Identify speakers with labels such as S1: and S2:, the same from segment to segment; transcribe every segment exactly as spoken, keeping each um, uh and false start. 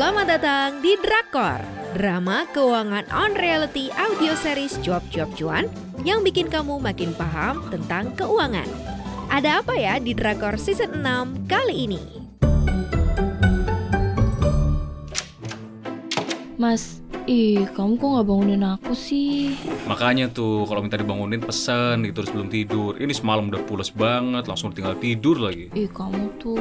S1: Selamat datang di Drakor, drama keuangan on reality audio series cuap-cuap cuan yang bikin kamu makin paham tentang keuangan. Ada apa ya di Drakor season enam kali ini?
S2: Mas, ih kamu kok gak bangunin aku sih?
S3: Makanya tuh kalau minta dibangunin pesen gitu sebelum tidur. Ini semalam udah pules banget, langsung tinggal tidur lagi.
S2: Ih kamu tuh...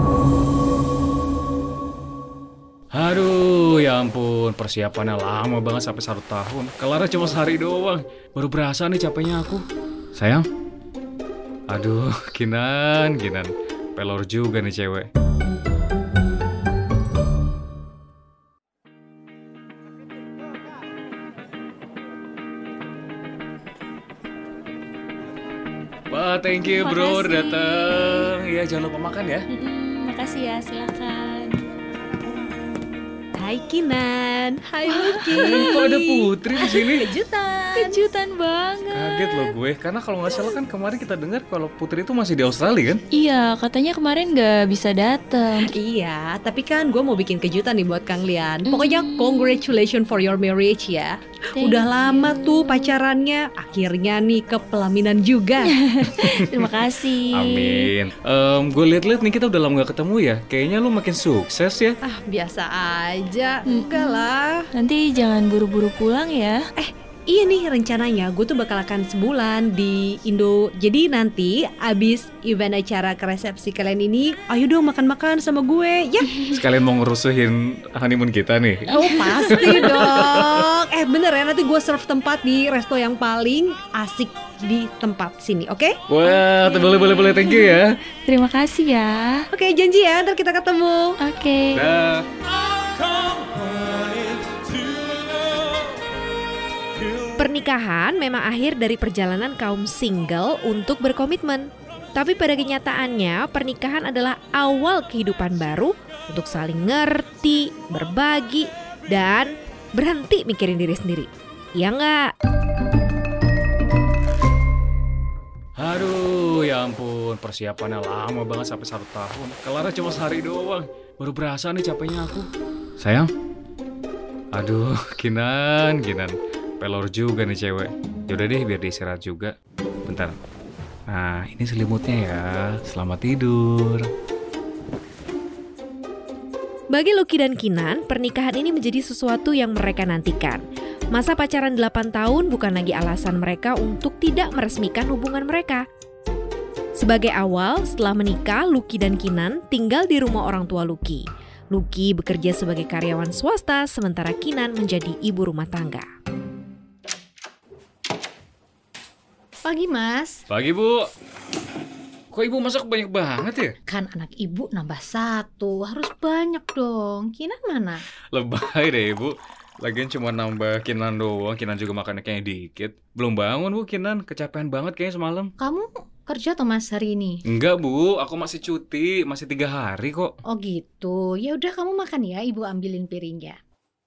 S3: Aduh, ya ampun, persiapannya lama banget sampai satu tahun. Kelarnya cuma sehari doang. Baru berasa nih capeknya aku. Sayang. Aduh, Kinan, Kinan. Pelor juga nih cewek. Wah, thank you bro, udah datang. Iya, jangan lupa makan ya.
S2: Mm-mm, makasih ya, silakan.
S1: Hai Kinan, hai Lucky.
S3: Kok ada Putri di sini?
S1: Kejutan.
S2: Kejutan banget.
S3: Kaget loh gue, karena kalau nggak salah kan kemarin kita dengar kalau Putri itu masih di Australia kan?
S2: Iya, katanya kemarin gak bisa datang.
S1: Iya, tapi kan gue mau bikin kejutan nih buat Kang Lian. Pokoknya congratulations for your marriage ya.
S2: Thank
S1: Udah
S2: you.
S1: lama tuh pacarannya, akhirnya nih ke pelaminan juga.
S2: Terima kasih.
S3: Amin. Em, gue liat-liat nih kita udah lama gak ketemu ya. Kayaknya lu makin sukses ya.
S1: Ah, biasa aja. Enggak lah.
S2: Nanti jangan buru-buru pulang ya.
S1: Iya nih rencananya gue tuh bakal akan sebulan di Indo. Jadi nanti abis event acara ke resepsi kalian ini, ayo dong makan-makan sama gue ya.
S3: Sekalian mau ngerusuhin honeymoon kita nih.
S1: Oh pasti dong. Eh bener ya, nanti gue serve tempat di resto yang paling asik di tempat sini, oke?
S3: Wah, boleh boleh boleh, thank you ya.
S2: Terima kasih ya.
S1: Oke, janji ya, ntar kita ketemu.
S2: Oke.
S3: Dah.
S1: Pernikahan memang akhir dari perjalanan kaum single untuk berkomitmen. Tapi pada kenyataannya, pernikahan adalah awal kehidupan baru untuk saling ngerti, berbagi, dan berhenti mikirin diri sendiri. Iya nggak?
S3: Aduh, ya ampun, persiapannya lama banget sampai satu tahun. Kelarnya cuma sehari doang. Baru berasa nih capeknya aku. Sayang. Aduh, Kinan, Kinan. Pelor juga nih cewek. Yaudah deh, biar diistirahat juga. Bentar. Nah, ini selimutnya ya. Selamat tidur.
S1: Bagi Lucky dan Kinan, pernikahan ini menjadi sesuatu yang mereka nantikan. Masa pacaran delapan tahun bukan lagi alasan mereka untuk tidak meresmikan hubungan mereka. Sebagai awal, setelah menikah, Lucky dan Kinan tinggal di rumah orang tua Lucky. Lucky bekerja sebagai karyawan swasta, sementara Kinan menjadi ibu rumah tangga.
S4: Pagi mas.
S3: Pagi Bu. Kok ibu masak banyak banget ya?
S4: Kan anak ibu nambah satu, harus banyak dong. Kinan mana?
S3: Lebay deh ibu. Lagian cuma nambah Kinan doang. Kinan juga makannya kayaknya dikit. Belum bangun Bu Kinan. Kecapean banget kayaknya semalam.
S4: Kamu kerja atau mas hari ini?
S3: Enggak Bu, aku masih cuti. Masih tiga hari kok.
S4: Oh gitu. Ya udah kamu makan ya, ibu ambilin piringnya.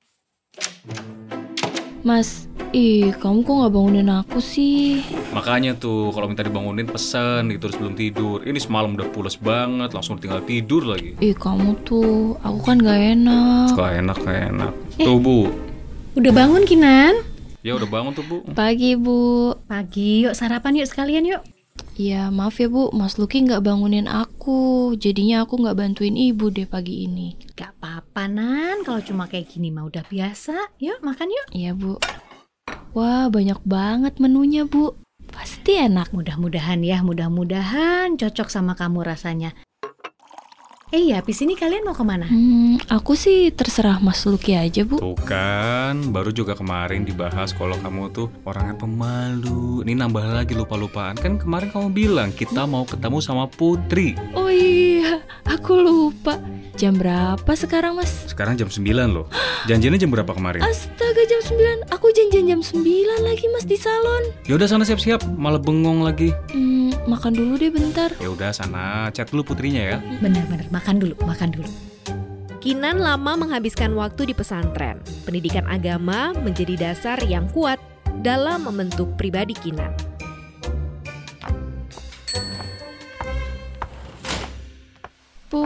S2: Mas, ih kamu kok gak bangunin aku sih?
S3: Makanya tuh kalau minta dibangunin pesen gitu sebelum tidur. Ini semalam udah pules banget, langsung tinggal tidur lagi.
S2: Ih kamu tuh, aku kan gak enak.
S3: Gak enak, gak enak. Tuh Bu.
S4: Udah bangun Kinan?
S3: Ya udah bangun tuh Bu.
S2: Pagi Bu.
S4: Pagi, yuk sarapan yuk sekalian yuk.
S2: Ya maaf ya Bu, Mas Lucky gak bangunin aku. Jadinya aku gak bantuin ibu deh pagi ini.
S4: Gak apa-apa Nan, kalau cuma kayak gini mah udah biasa. Yuk makan yuk.
S2: Iya Bu. Wah banyak banget menunya Bu. Pasti enak.
S4: Mudah-mudahan ya, mudah-mudahan cocok sama kamu rasanya. Eh ya, habis ini kalian mau kemana?
S2: Hmm, aku sih terserah Mas Lucky aja Bu.
S3: Tuh kan, baru juga kemarin dibahas kalau kamu tuh orangnya pemalu. Ini nambah lagi lupa-lupaan. Kan kemarin kamu bilang kita mau ketemu sama Putri.
S2: Oh iya, aku lupa. Jam berapa sekarang Mas?
S3: Sekarang jam sembilan loh. Janjiannya jam berapa kemarin?
S2: Astaga jam sembilan, aku janjian jam sembilan lagi Mas di salon.
S3: Yaudah sana siap-siap, malah bengong lagi.
S2: Hmm, makan dulu deh bentar.
S3: Ya udah sana chat dulu Putrinya ya.
S4: Bener-bener, makan dulu, makan dulu.
S1: Kinan lama menghabiskan waktu di pesantren. Pendidikan agama menjadi dasar yang kuat dalam membentuk pribadi Kinan.
S2: Bu,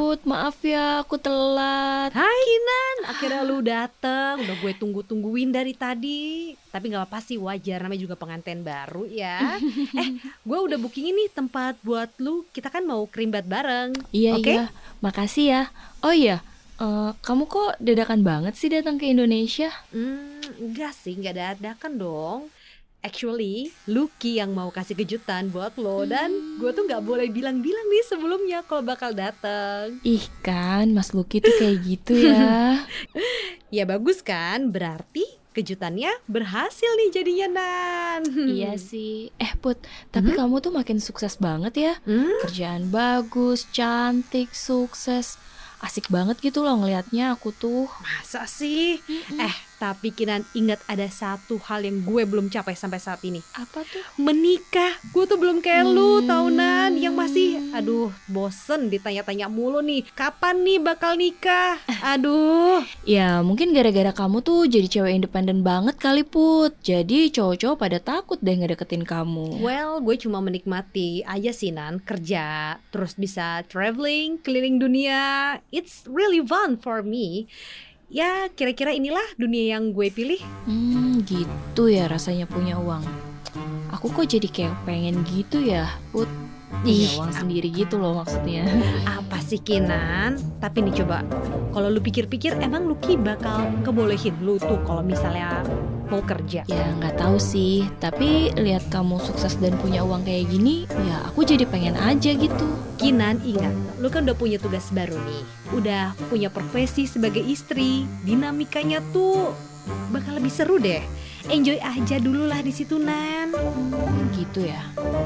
S2: Put, maaf ya aku telat.
S4: Hai Kinan, akhirnya lu dateng. Udah gue tunggu-tungguin dari tadi. Tapi gak apa-apa sih, wajar, namanya juga pengantin baru ya. Eh, gue udah booking ini tempat buat lu. Kita kan mau kerimbat bareng.
S2: Iya
S4: Oke?
S2: iya, makasih ya. Oh iya, eh, kamu kok dadakan banget sih datang ke Indonesia?
S4: Hmm, enggak sih, enggak dadakan dong. Actually, Lucky yang mau kasih kejutan buat lo. Dan gue tuh gak boleh bilang-bilang nih sebelumnya kalau bakal dateng.
S2: Ih kan, Mas Lucky tuh kayak gitu ya.
S4: Ya bagus kan, berarti kejutannya berhasil nih jadinya, Nan.
S2: Iya sih. Eh Put, tapi
S4: Mhm.
S2: kamu tuh makin sukses banget ya.
S4: Hmm?
S2: Kerjaan bagus, cantik, sukses. Asik banget gitu loh ngelihatnya aku tuh.
S4: Masa sih? Eh, tapi Kinan ingat ada satu hal yang gue belum capai sampai saat ini.
S2: Apa tuh?
S4: Menikah. Gue tuh belum kayak lu,
S2: Hmm.
S4: tau Nan. Yang masih, aduh, bosen ditanya-tanya mulu nih. Kapan nih bakal nikah? Aduh.
S2: Ya mungkin gara-gara kamu tuh jadi cewek independen banget kali Put. Jadi cowok-cowok pada takut deh ngedeketin kamu.
S4: Well, gue cuma menikmati aja sih Nan, kerja, terus bisa traveling, keliling dunia. It's really fun for me. Ya, kira-kira inilah dunia yang gue pilih.
S2: Hmm gitu ya rasanya punya uang. Aku kok jadi kayak pengen gitu ya Put. Punya
S4: Ih,
S2: uang sendiri gitu loh maksudnya.
S4: apa sih Kinan? Tapi nih coba, kalau lu pikir-pikir emang Lucky bakal kebolehin lu tuh kalau misalnya mau kerja?
S2: Ya nggak tahu sih, tapi lihat kamu sukses dan punya uang kayak gini, ya aku jadi pengen aja gitu.
S4: Kinan, ingat, lu kan udah punya tugas baru nih. Udah punya profesi sebagai istri. Dinamikanya tuh bakal lebih seru deh. Enjoy aja dulu lah di situ, Nan.
S2: Hmm, gitu ya.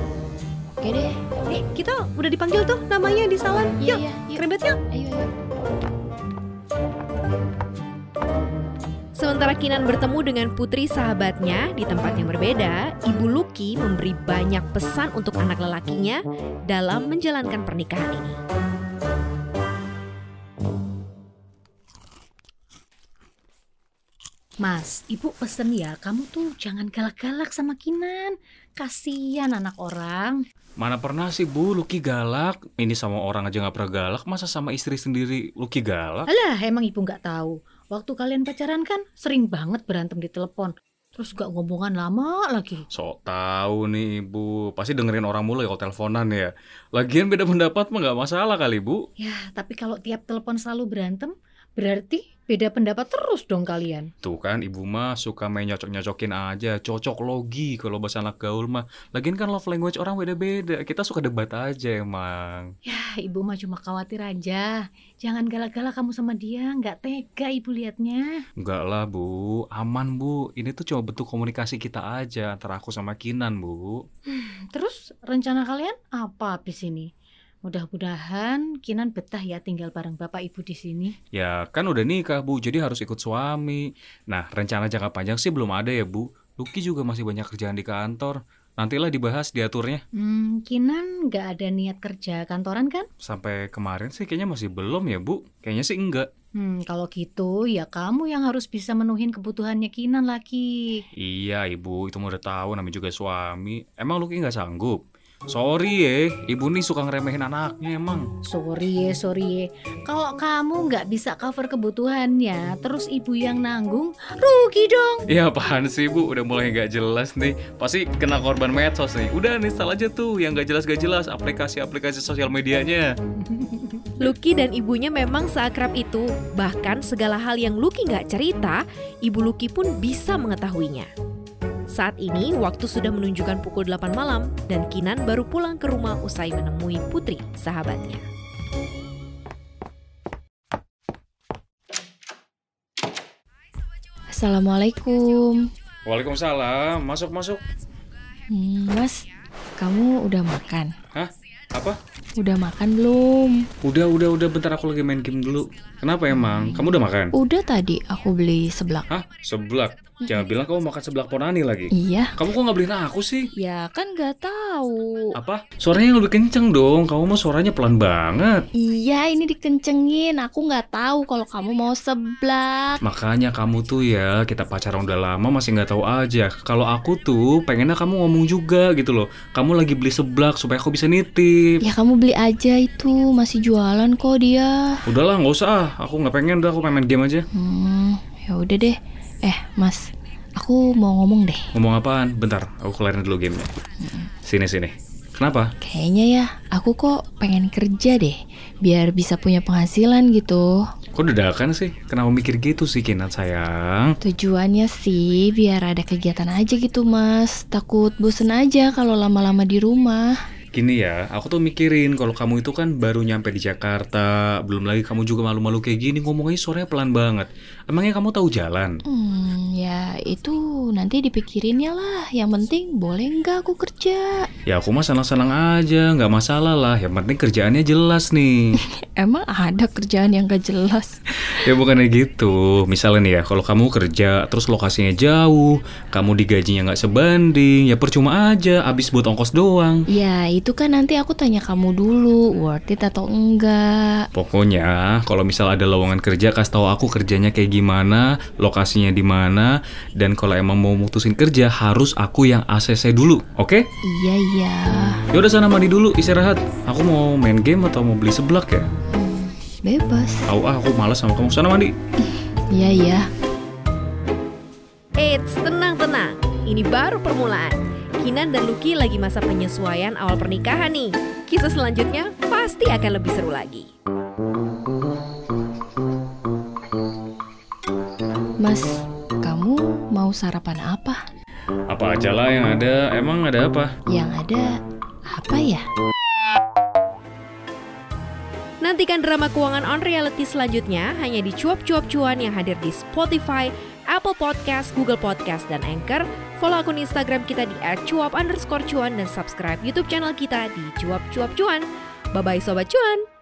S2: Oke deh.
S4: Eh, kita udah dipanggil tuh namanya di salon.
S2: Iya
S4: Yuk,
S2: iya, yuk.
S4: kerimbat yuk.
S2: Ayo ayo.
S1: Sementara Kinan bertemu dengan putri sahabatnya di tempat yang berbeda, Ibu Lucky memberi banyak pesan untuk anak lelakinya dalam menjalankan pernikahan ini.
S4: Mas, ibu pesen ya, kamu tuh jangan galak-galak sama Kinan. Kasian anak orang.
S3: Mana pernah sih Bu, Lucky galak. Ini sama orang aja gak pernah galak, masa sama istri sendiri Lucky galak?
S4: Alah, emang ibu nggak tahu. Waktu kalian pacaran kan sering banget berantem di telepon. Terus gak ngomongan lama lagi.
S3: Sok tahu nih Ibu, pasti dengerin orang mulu ya kalau teleponan ya. Lagian beda pendapat mah gak masalah kali Bu.
S4: Ya, tapi kalau tiap telepon selalu berantem, berarti beda pendapat terus dong kalian.
S3: Tuh kan Ibu mah suka main nyocok-nyocokin aja, cocok logi kalau bahasa anak gaul mah. Lagian kan love language orang beda-beda, kita suka debat aja emang.
S4: Ya, ibu mah cuma khawatir aja. Jangan galak-galak kamu sama dia, nggak tega ibu liatnya.
S3: Enggak lah Bu, aman Bu. Ini tuh cuma bentuk komunikasi kita aja antara aku sama Kinan Bu.
S4: Terus rencana kalian apa habis ini? Mudah-mudahan Kinan betah ya tinggal bareng bapak ibu di sini.
S3: Ya kan udah nikah Bu, jadi harus ikut suami. Nah rencana jangka panjang sih belum ada ya Bu. Lucky juga masih banyak kerjaan di kantor. Nantilah dibahas diaturnya.
S4: Hmm, Kinan nggak ada niat kerja kantoran kan?
S3: Sampai kemarin sih kayaknya masih belum ya Bu. Kayaknya sih enggak.
S4: Hmm, kalau gitu ya kamu yang harus bisa menuhin kebutuhannya Kinan lagi.
S3: Iya Ibu, itu mah udah tahu namanya juga suami. Emang Lucky nggak sanggup? Sorry ya, Ibu nih suka ngeremehin anaknya emang.
S4: Sorry ya, sorry ya. Kalau kamu nggak bisa cover kebutuhannya, terus ibu yang nanggung, rugi dong.
S3: Ya apaan sih Bu, udah mulai nggak jelas nih. Pasti kena korban medsos nih. Udah install aja tuh yang nggak jelas-nggak jelas aplikasi-aplikasi sosial medianya.
S1: Lucky dan ibunya memang seakrab itu. Bahkan segala hal yang Lucky nggak cerita, Ibu Lucky pun bisa mengetahuinya. Saat ini waktu sudah menunjukkan pukul delapan malam dan Kinan baru pulang ke rumah usai menemui putri sahabatnya.
S2: Assalamualaikum.
S3: Waalaikumsalam, masuk-masuk.
S2: Hmm, Mas, kamu udah makan?
S3: Hah? Apa?
S2: Udah makan belum?
S3: Udah, udah, udah, bentar aku lagi main game dulu. Kenapa emang? Kamu udah makan?
S2: Udah tadi aku beli seblak.
S3: Hah? Seblak? Jangan bilang kamu makan seblak Ponani lagi.
S2: Iya.
S3: Kamu kok nggak beliin aku sih?
S2: Ya kan nggak tahu.
S3: Apa? Suaranya yang lebih kenceng dong. Kamu mau suaranya pelan banget.
S2: Iya, ini dikencengin. Aku nggak tahu kalau kamu mau seblak.
S3: Makanya kamu tuh ya, kita pacaran udah lama masih nggak tahu aja. Kalau aku tuh pengennya kamu ngomong juga gitu loh. Kamu lagi beli seblak supaya aku bisa nitip.
S2: Ya kamu beli aja itu, masih jualan kok dia.
S3: Udahlah, nggak usah. Ah. Aku nggak pengen. Udah, aku pengen main game aja.
S2: Hmm, ya udah deh. Eh, Mas, aku mau ngomong deh.
S3: Ngomong apaan? Bentar, aku kelarin dulu gamenya. Sini sini. Kenapa?
S2: Kayaknya ya, aku kok pengen kerja deh, biar bisa punya penghasilan gitu.
S3: Kok dadakan sih? Kenapa mikir gitu sih, Kinan sayang?
S2: Tujuannya sih biar ada kegiatan aja gitu, Mas. Takut bosen aja kalau lama-lama di rumah.
S3: Gini ya, aku tuh mikirin kalau kamu itu kan baru nyampe di Jakarta, belum lagi kamu juga malu-malu kayak gini, ngomongnya suaranya pelan banget. Emangnya kamu tahu jalan?
S2: Hmm, ya itu nanti dipikirinnya lah. Yang penting boleh nggak aku kerja?
S3: Ya aku mah senang-senang aja, nggak masalah lah. Yang penting kerjaannya jelas nih.
S2: Emang ada kerjaan yang gak jelas?
S3: Ya bukannya gitu. Misalnya nih ya, kalau kamu kerja terus lokasinya jauh, kamu digajinya nggak sebanding, ya percuma aja, abis buat ongkos doang.
S2: Ya itu kan nanti aku tanya kamu dulu, worth it atau enggak.
S3: Pokoknya kalau misal ada lowongan kerja, kasih tahu aku kerjanya kayak gimana, lokasinya di mana, dan kalau emang mau mutusin kerja harus aku yang A C C dulu, oke? Okay?
S2: Iya iya.
S3: Yaudah sana mandi dulu, istirahat. Aku mau main game atau mau beli seblak ya?
S2: Hmm, bebas.
S3: Au ah, aku malas sama kamu. Sana mandi.
S2: Iya iya.
S1: Eits, tenang-tenang. Ini baru permulaan. Kinan dan Lucky lagi masa penyesuaian awal pernikahan nih. Kisah selanjutnya pasti akan lebih seru lagi.
S2: Mas, kamu mau sarapan apa?
S3: Apa aja lah yang ada. Emang ada apa?
S2: Yang ada apa ya?
S1: Nantikan drama keuangan on reality selanjutnya hanya di Cuap-Cuap Cuan yang hadir di Spotify, Apple Podcast, Google Podcast, dan Anchor. Follow akun Instagram kita di et cuap underscore cuan dan subscribe YouTube channel kita di Cuap-Cuap Cuan. Bye-bye Sobat Cuan!